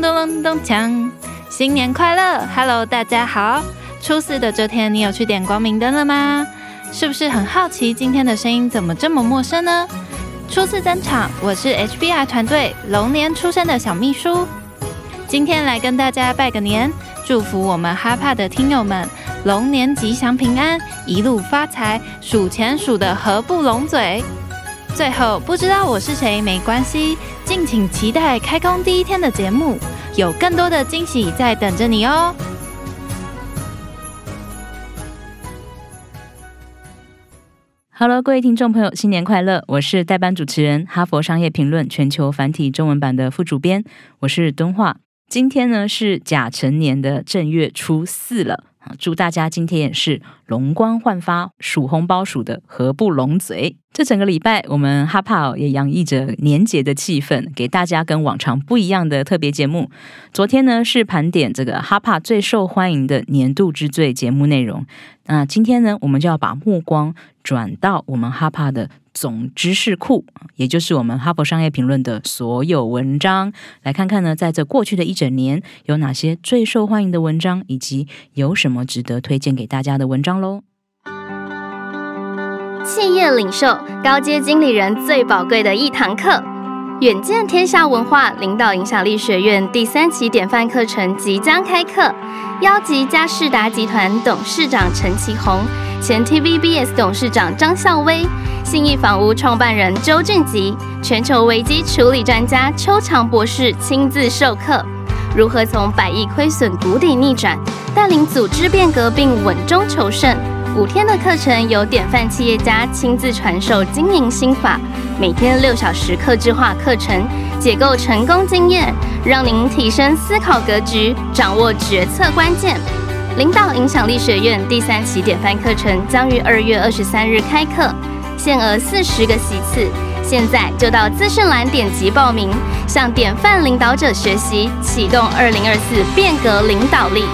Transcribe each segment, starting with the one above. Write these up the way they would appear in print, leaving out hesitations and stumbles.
咚咚咚锵！新年快乐 ！Hello， 大家好。初四的这天，你有去点光明灯了吗？是不是很好奇今天的声音怎么这么陌生呢？初次登场，我是 HBR 团队龙年出生的小秘书，今天来跟大家拜个年，祝福我们哈帕的听友们龙年吉祥平安，一路发财，数钱数得合不拢嘴。最后不知道我是谁没关系，敬请期待开工第一天的节目，有更多的惊喜在等着你哦。 Hello， 各位听众朋友，新年快乐！我是代班主持人，哈佛商业评论全球繁体中文版的副主编，我是敦化。今天呢是甲辰年的正月初四了，祝大家今天也是龙光焕发，数红包数的合不拢嘴。这整个礼拜我们哈帕也洋溢着年节的气氛，给大家跟往常不一样的特别节目。昨天呢是盘点这个哈帕最受欢迎的年度之最节目内容，那今天呢我们就要把目光转到我们哈帕的总知识库，也就是我们哈佛商业评论的所有文章，来看看呢在这过去的一整年有哪些最受欢迎的文章，以及有什么值得推荐给大家的文章咯。 企业领袖、高阶经理人最宝贵的一堂课，远见天下文化领导影响力学院第3期典范课程即将开课，邀集佳士达集团董事长陈其宏、前 TVBS 董事长张孝威、信义房屋创办人周俊吉、全球危机处理专家邱长博士亲自授课，如何从100亿亏损谷底逆转，带领组织变革并稳中求胜。5天的课程由典范企业家亲自传授经营心法，每天6小时客制化课程，解构成功经验，让您提升思考格局，掌握决策关键。领导影响力学院第3期典范课程将于2月23日开课，限额40个席次，现在就到资讯栏点击报名，向典范领导者学习，启动2024变革领导力。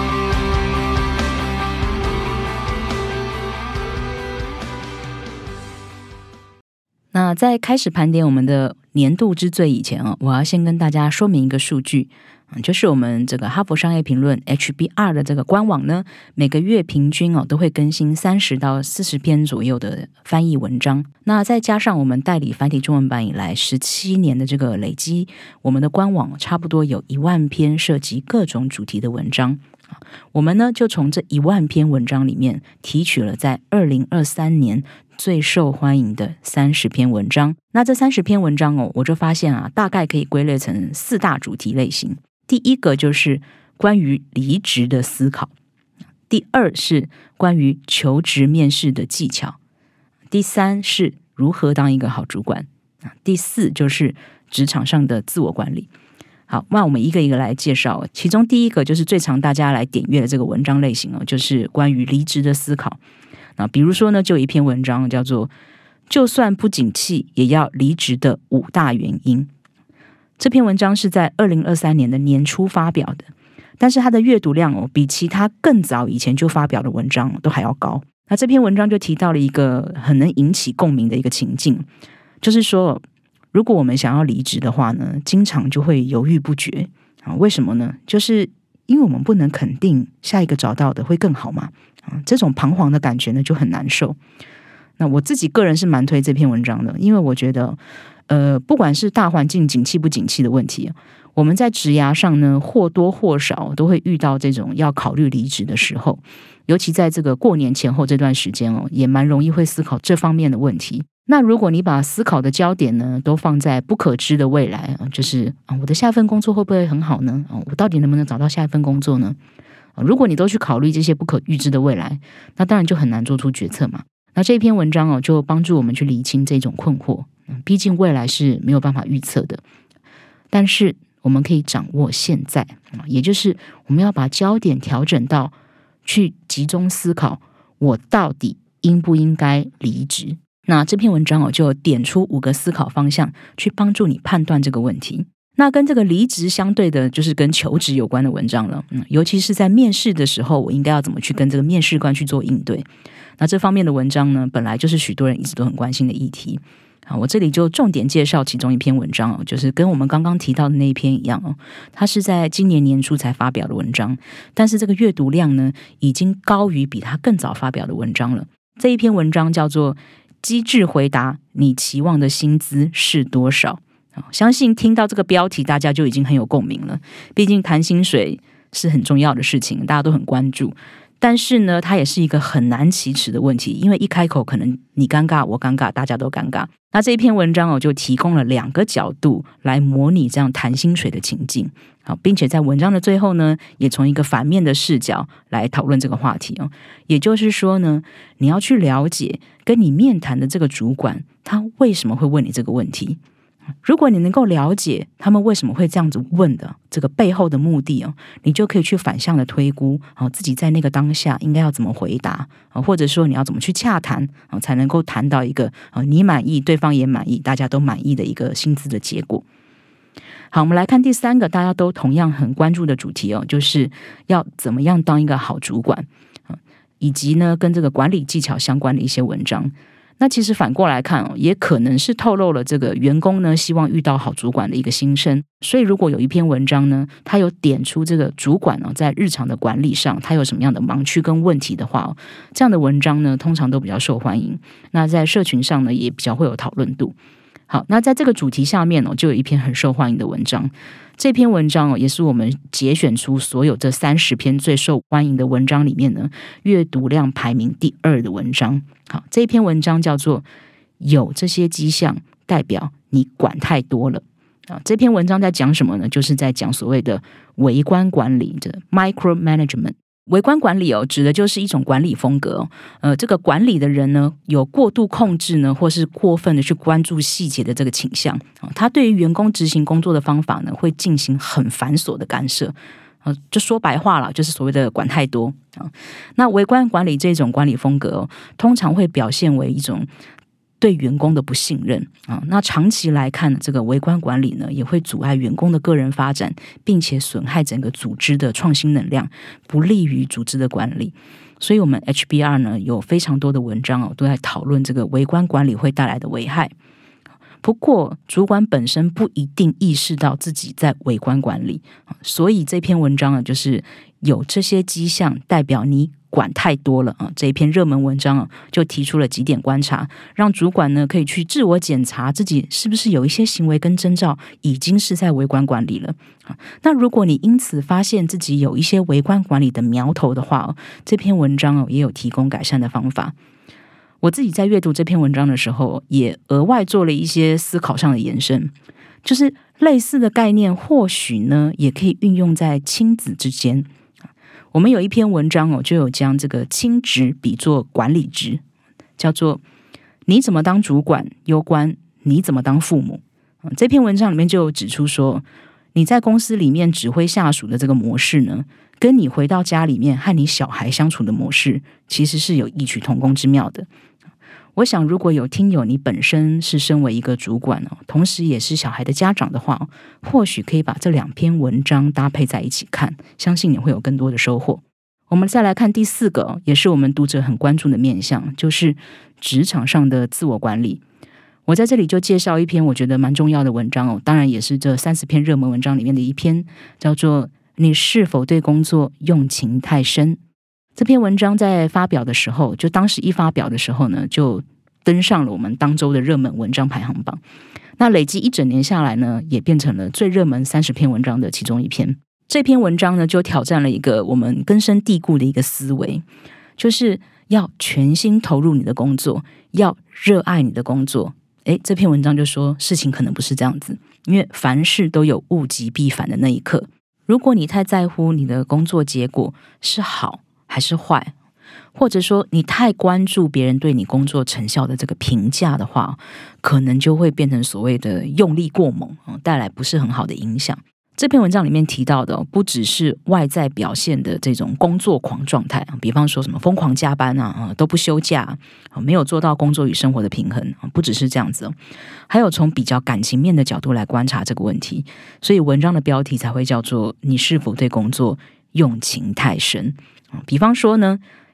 那在开始盘点我们的年度之最以前，我要先跟大家说明一个数据，就是我们这个哈佛商业评论 HBR 的这个官网呢，每个月平均都会更新30到40篇左右的翻译文章。那再加上我们代理繁体中文版以来17年的这个累积，我们的官网差不多有1万篇涉及各种主题的文章。我们呢就从这1万篇文章里面提取了在2023年最受欢迎的30篇文章。那这30篇文章我就发现大概可以归类成4大主题类型。第一个就是关于离职的思考，第二是关于求职面试的技巧，第三是如何当一个好主管，第四就是职场上的自我管理。好，那我们一个一个来介绍。其中第一个就是最常大家来点阅的这个文章类型就是关于离职的思考。那比如说呢，就有一篇文章叫做就算不景气也要离职的5大原因。这篇文章是在2023年的年初发表的，但是它的阅读量比其他更早以前就发表的文章都还要高。那这篇文章就提到了一个很能引起共鸣的一个情境，就是说如果我们想要离职的话呢，经常就会犹豫不决为什么呢？就是因为我们不能肯定下一个找到的会更好嘛这种彷徨的感觉呢就很难受。那我自己个人是蛮推这篇文章的，因为我觉得不管是大环境景气不景气的问题，我们在职涯上呢或多或少都会遇到这种要考虑离职的时候，尤其在这个过年前后这段时间也蛮容易会思考这方面的问题。那如果你把思考的焦点呢都放在不可知的未来就是我的下一份工作会不会很好呢我到底能不能找到下一份工作呢如果你都去考虑这些不可预知的未来，那当然就很难做出决策嘛。那这一篇文章就帮助我们去厘清这种困惑，毕竟未来是没有办法预测的，但是我们可以掌握现在，也就是我们要把焦点调整到去集中思考我到底应不应该离职。那这篇文章就点出5个思考方向，去帮助你判断这个问题。那跟这个离职相对的就是跟求职有关的文章了，尤其是在面试的时候，我应该要怎么去跟这个面试官去做应对。那这方面的文章呢，本来就是许多人一直都很关心的议题。 我这里就重点介绍其中一篇文章就是跟我们刚刚提到的那一篇一样它是在今年年初才发表的文章，但是这个阅读量呢已经高于比它更早发表的文章了。这一篇文章叫做机智回答你期望的薪资是多少。相信听到这个标题大家就已经很有共鸣了，毕竟谈薪水是很重要的事情，大家都很关注，但是呢它也是一个很难启齿的问题，因为一开口可能你尴尬我尴尬大家都尴尬。那这一篇文章就提供了2个角度来模拟这样谈薪水的情境，并且在文章的最后呢也从一个反面的视角来讨论这个话题也就是说呢你要去了解跟你面谈的这个主管他为什么会问你这个问题，如果你能够了解他们为什么会这样子问的这个背后的目的你就可以去反向的推估自己在那个当下应该要怎么回答或者说你要怎么去洽谈才能够谈到一个你满意对方也满意大家都满意的一个薪资的结果。好，我们来看第3个大家都同样很关注的主题就是要怎么样当一个好主管以及呢跟这个管理技巧相关的一些文章。那其实反过来看也可能是透露了这个员工呢希望遇到好主管的一个心声。所以如果有一篇文章呢它有点出这个主管在日常的管理上他有什么样的盲区跟问题的话这样的文章呢通常都比较受欢迎，那在社群上呢也比较会有讨论度。好，那在这个主题下面就有一篇很受欢迎的文章，这篇文章也是我们节选出所有这30篇最受欢迎的文章里面呢阅读量排名第2的文章。好，这篇文章叫做有这些迹象代表你管太多了这篇文章在讲什么呢？就是在讲所谓的微观管理的 micromanagement。微观管理指的就是一种管理风格这个管理的人呢有过度控制呢或是过分的去关注细节的这个倾向他对于员工执行工作的方法呢会进行很繁琐的干涉就说白话了就是所谓的管太多那微观管理这种管理风格通常会表现为一种对员工的不信任那长期来看这个微观管理呢也会阻碍员工的个人发展，并且损害整个组织的创新能量，不利于组织的管理。所以我们 HBR 呢有非常多的文章都在讨论这个微观管理会带来的危害。不过主管本身不一定意识到自己在微观管理，所以这篇文章就是有这些迹象代表你管太多了这一篇热门文章就提出了几点观察，让主管呢可以去自我检查自己是不是有一些行为跟征兆已经是在微观管理了。那如果你因此发现自己有一些微观管理的苗头的话这篇文章也有提供改善的方法。我自己在阅读这篇文章的时候也额外做了一些思考上的延伸，就是类似的概念或许呢也可以运用在亲子之间。我们有一篇文章就有将这个亲职比作管理职，叫做你怎么当主管攸关你怎么当父母。这篇文章里面就有指出说，你在公司里面指挥下属的这个模式呢，跟你回到家里面和你小孩相处的模式其实是有异曲同工之妙的。我想如果有听友你本身是身为一个主管同时也是小孩的家长的话或许可以把这2篇文章搭配在一起看，相信你会有更多的收获。我们再来看第4个也是我们读者很关注的面向，就是职场上的自我管理。我在这里就介绍一篇我觉得蛮重要的文章当然也是这30篇热门文章里面的一篇，叫做你是否对工作用情太深。这篇文章在发表的时候，就当时一发表的时候呢，就登上了我们当周的热门文章排行榜。那累积一整年下来呢，也变成了最热门30篇文章的其中一篇。这篇文章呢，就挑战了一个我们根深蒂固的一个思维，就是要全心投入你的工作，要热爱你的工作。这篇文章就说事情可能不是这样子，因为凡事都有物极必反的那一刻。如果你太在乎你的工作结果是好还是坏，或者说你太关注别人对你工作成效的这个评价的话，可能就会变成所谓的用力过猛，带来不是很好的影响。这篇文章里面提到的不只是外在表现的这种工作狂状态，比方说什么疯狂加班都不休假，没有做到工作与生活的平衡，不只是这样子还有从比较感情面的角度来观察这个问题。所以文章的标题才会叫做你是否对工作用情太深。比方说呢，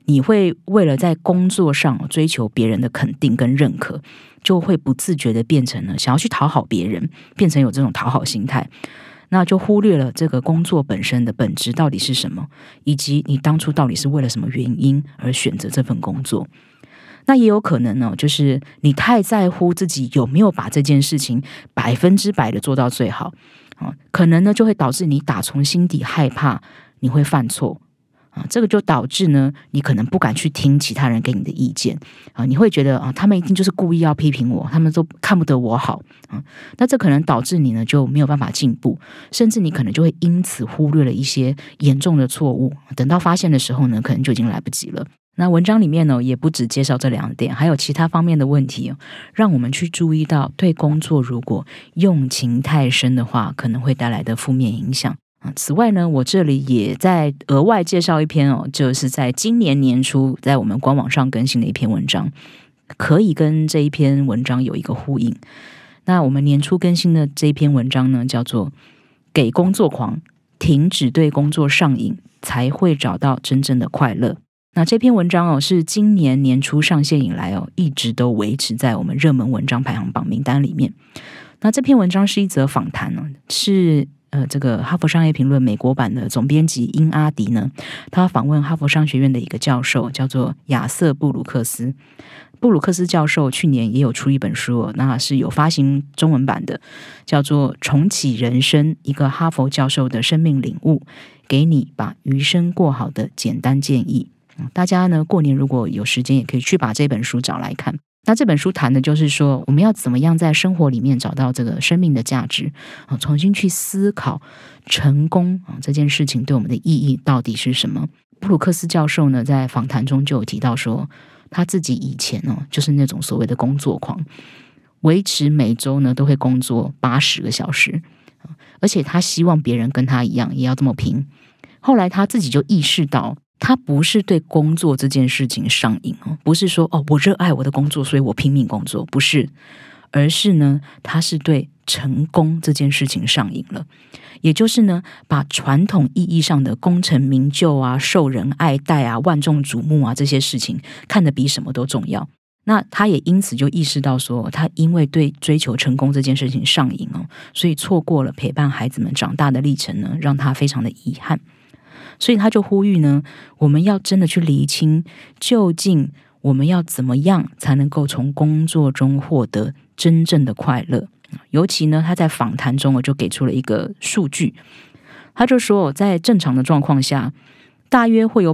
你会为了在工作上追求别人的肯定跟认可，就会不自觉的变成了想要去讨好别人，变成有这种讨好心态，那就忽略了这个工作本身的本质到底是什么，以及你当初到底是为了什么原因而选择这份工作。那也有可能呢，就是你太在乎自己有没有把这件事情100%的做到最好，可能呢就会导致你打从心底害怕你会犯错。这个就导致呢，你可能不敢去听其他人给你的意见你会觉得他们一定就是故意要批评我，他们都看不得我好那这可能导致你呢就没有办法进步，甚至你可能就会因此忽略了一些严重的错误，等到发现的时候呢，可能就已经来不及了。那文章里面呢，也不只介绍这2点，还有其他方面的问题让我们去注意到对工作如果用情太深的话，可能会带来的负面影响。此外呢，我这里也在额外介绍一篇就是在今年年初在我们官网上更新的一篇文章，可以跟这一篇文章有一个呼应。那我们年初更新的这一篇文章呢，叫做给工作狂停止对工作上瘾，才会找到真正的快乐。那这篇文章是今年年初上线以来一直都维持在我们热门文章排行榜名单里面。那这篇文章是一则访谈是这个哈佛商业评论美国版的总编辑英阿迪呢，他访问哈佛商学院的一个教授，叫做亚瑟布鲁克斯。布鲁克斯教授去年也有出一本书那是有发行中文版的，叫做《重启人生：一个哈佛教授的生命领悟，给你把余生过好的简单建议》。大家呢过年如果有时间，也可以去把这本书找来看。那这本书谈的就是说，我们要怎么样在生活里面找到这个生命的价值重新去思考成功这件事情对我们的意义到底是什么。布鲁克斯教授呢在访谈中就有提到说，他自己以前就是那种所谓的工作狂，维持每周呢都会工作80个小时，而且他希望别人跟他一样也要这么拼。后来他自己就意识到，他不是对工作这件事情上瘾不是说我热爱我的工作所以我拼命工作，不是，而是呢他是对成功这件事情上瘾了。也就是呢把传统意义上的功成名就受人爱戴万众瞩目这些事情看得比什么都重要。那他也因此就意识到说，他因为对追求成功这件事情上瘾所以错过了陪伴孩子们长大的历程呢，让他非常的遗憾。所以他就呼吁呢，我们要真的去厘清，究竟我们要怎么样才能够从工作中获得真正的快乐。尤其呢，他在访谈中就给出了一个数据，他就说在正常的状况下，大约会有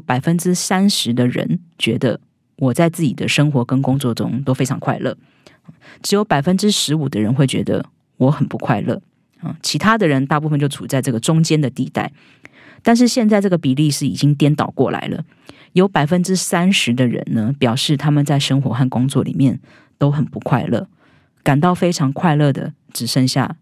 30%的人觉得我在自己的生活跟工作中都非常快乐，只有15%的人会觉得我很不快乐，其他的人大部分就处在这个中间的地带。但是现在这个比例是已经颠倒过来了，有30%的人呢表示他们在生活和工作里面都很不快乐，感到非常快乐的只剩下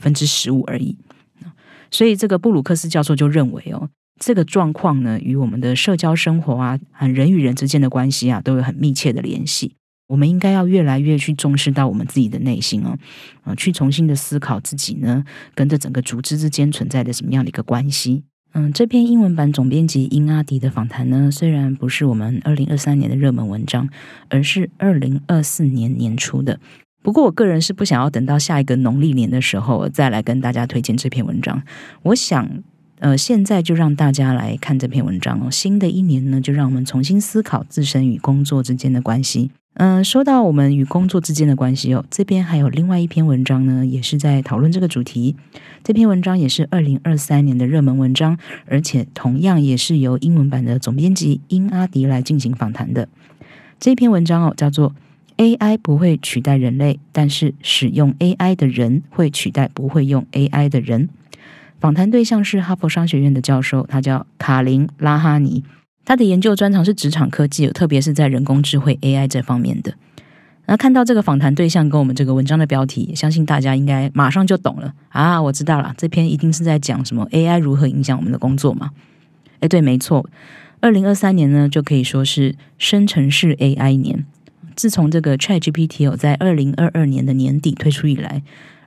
15%而已。所以这个布鲁克斯教授就认为这个状况呢与我们的社交生活和人与人之间的关系都有很密切的联系。我们应该要越来越去重视到我们自己的内心去重新的思考自己呢跟这整个组织之间存在的什么样的一个关系。这篇英文版总编辑英阿迪的访谈呢，虽然不是我们2023年的热门文章，而是2024年年初的。不过我个人是不想要等到下一个农历年的时候再来跟大家推荐这篇文章。我想现在就让大家来看这篇文章新的一年呢，就让我们重新思考自身与工作之间的关系。说到我们与工作之间的关系这边还有另外一篇文章呢，也是在讨论这个主题。这篇文章也是2023年的热门文章，而且同样也是由英文版的总编辑英阿迪来进行访谈的。这篇文章叫做 AI 不会取代人类，但是使用 AI 的人会取代不会用 AI 的人。访谈对象是哈佛商学院的教授，他叫卡林拉哈尼，他的研究专长是职场科技，特别是在人工智慧 AI 这方面的。那看到这个访谈对象跟我们这个文章的标题，相信大家应该马上就懂了我知道了，这篇一定是在讲什么 AI 如何影响我们的工作嘛。对，没错，2023年呢就可以说是生成式 AI 年。自从这个 ChatGPT 在2022年的年底推出以来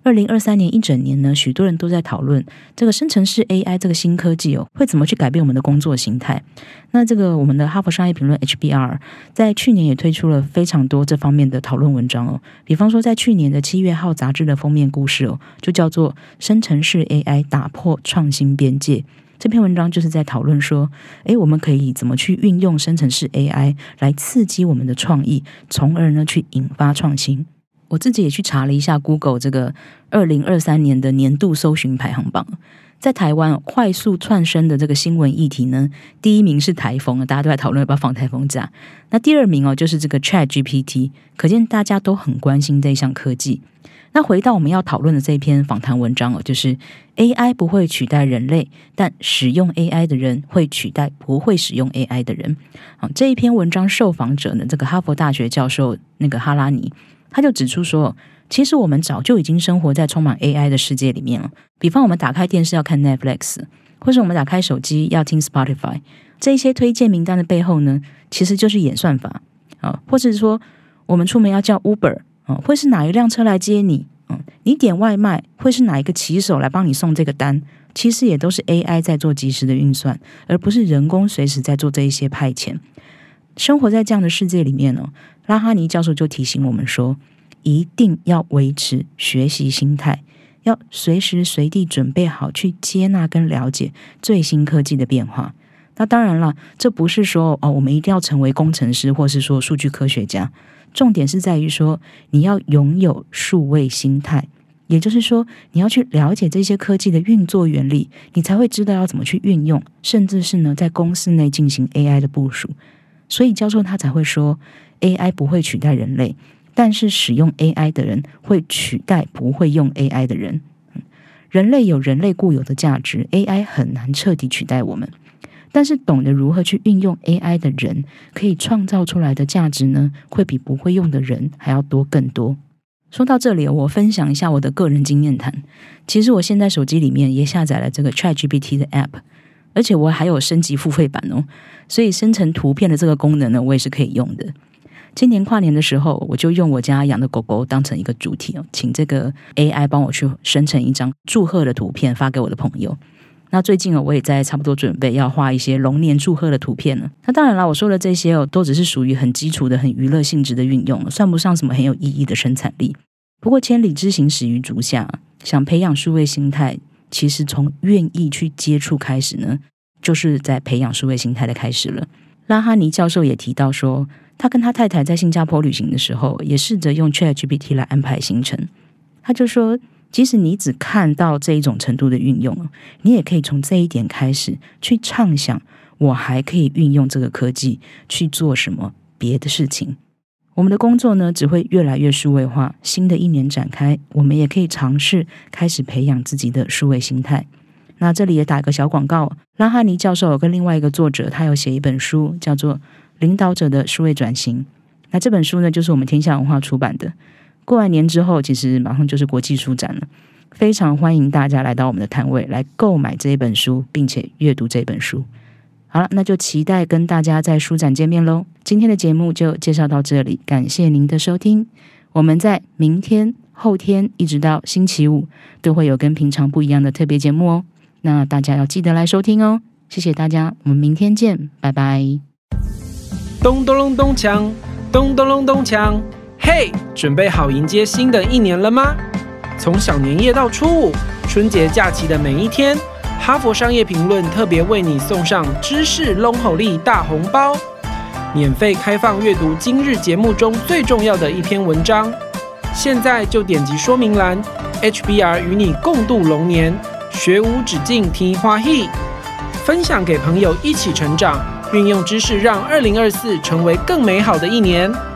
2023年一整年呢，许多人都在讨论这个生成式 AI 这个新科技会怎么去改变我们的工作形态。那这个我们的哈佛商业评论 HBR 在去年也推出了非常多这方面的讨论文章比方说在去年的7月号杂志的封面故事就叫做生成式 AI 打破创新边界。这篇文章就是在讨论说我们可以怎么去运用生成式 AI 来刺激我们的创意，从而呢去引发创新。我自己也去查了一下 Google 这个2023年的年度搜寻排行榜，在台湾快速窜升的这个新闻议题呢，第一名是台风，大家都在讨论要不要放台风假。那第二名就是这个 ChatGPT， 可见大家都很关心这一项科技。那回到我们要讨论的这篇访谈文章就是 AI 不会取代人类，但使用 AI 的人会取代不会使用 AI 的人。这一篇文章受访者呢，这个哈佛大学教授那个哈拉尼，他就指出说，其实我们早就已经生活在充满 AI 的世界里面了。比方我们打开电视要看 Netflix， 或是我们打开手机要听 Spotify， 这一些推荐名单的背后呢，其实就是演算法或者是说我们出门要叫 Uber，会是哪一辆车来接你？你点外卖会是哪一个骑手来帮你送这个单？其实也都是 AI 在做即时的运算，而不是人工随时在做这一些派遣。生活在这样的世界里面拉哈尼教授就提醒我们说，一定要维持学习心态，要随时随地准备好去接纳跟了解最新科技的变化。那当然了，这不是说我们一定要成为工程师或是说数据科学家，重点是在于说你要拥有数位心态，也就是说你要去了解这些科技的运作原理，你才会知道要怎么去运用，甚至是呢在公司内进行 AI 的部署。所以教授他才会说 AI 不会取代人类，但是使用 AI 的人会取代不会用 AI 的人。人类有人类固有的价值， AI 很难彻底取代我们，但是懂得如何去运用 AI 的人，可以创造出来的价值呢，会比不会用的人还要多更多。说到这里，我分享一下我的个人经验谈。其实我现在手机里面也下载了这个 ChatGPT 的 App， 而且我还有升级付费版所以生成图片的这个功能呢，我也是可以用的。今年跨年的时候，我就用我家养的狗狗当成一个主题请这个 AI 帮我去生成一张祝贺的图片发给我的朋友。那最近我也在差不多准备要画一些龙年祝贺的图片了。那当然了，我说的这些都只是属于很基础的很娱乐性质的运用，算不上什么很有意义的生产力。不过千里之行始于足下，想培养数位心态，其实从愿意去接触开始呢，就是在培养数位心态的开始了。拉哈尼教授也提到说，他跟他太太在新加坡旅行的时候，也试着用 ChatGPT 来安排行程。他就说，即使你只看到这一种程度的运用，你也可以从这一点开始去畅想，我还可以运用这个科技去做什么别的事情。我们的工作呢，只会越来越数位化。新的一年展开，我们也可以尝试开始培养自己的数位心态。那这里也打个小广告，拉哈尼教授跟另外一个作者，他有写一本书，叫做《领导者的数位转型》。那这本书呢，就是我们天下文化出版的。过完年之后，其实马上就是国际书展了，非常欢迎大家来到我们的摊位来购买这一本书，并且阅读这本书。好了，那就期待跟大家在书展见面咯。今天的节目就介绍到这里，感谢您的收听。我们在明天、后天一直到星期五都会有跟平常不一样的特别节目哦。那大家要记得来收听哦。谢谢大家，我们明天见，拜拜。 咚咚隆咚锵，咚咚隆咚锵，嘿，准备好迎接新的一年了吗？从小年夜到初五，春节假期的每一天，哈佛商业评论特别为你送上知识隆吼力大红包，免费开放阅读今日节目中最重要的一篇文章。现在就点击说明栏 ，HBR 与你共度龙年，学无止境听欢喜，分享给朋友一起成长，运用知识让2024成为更美好的一年。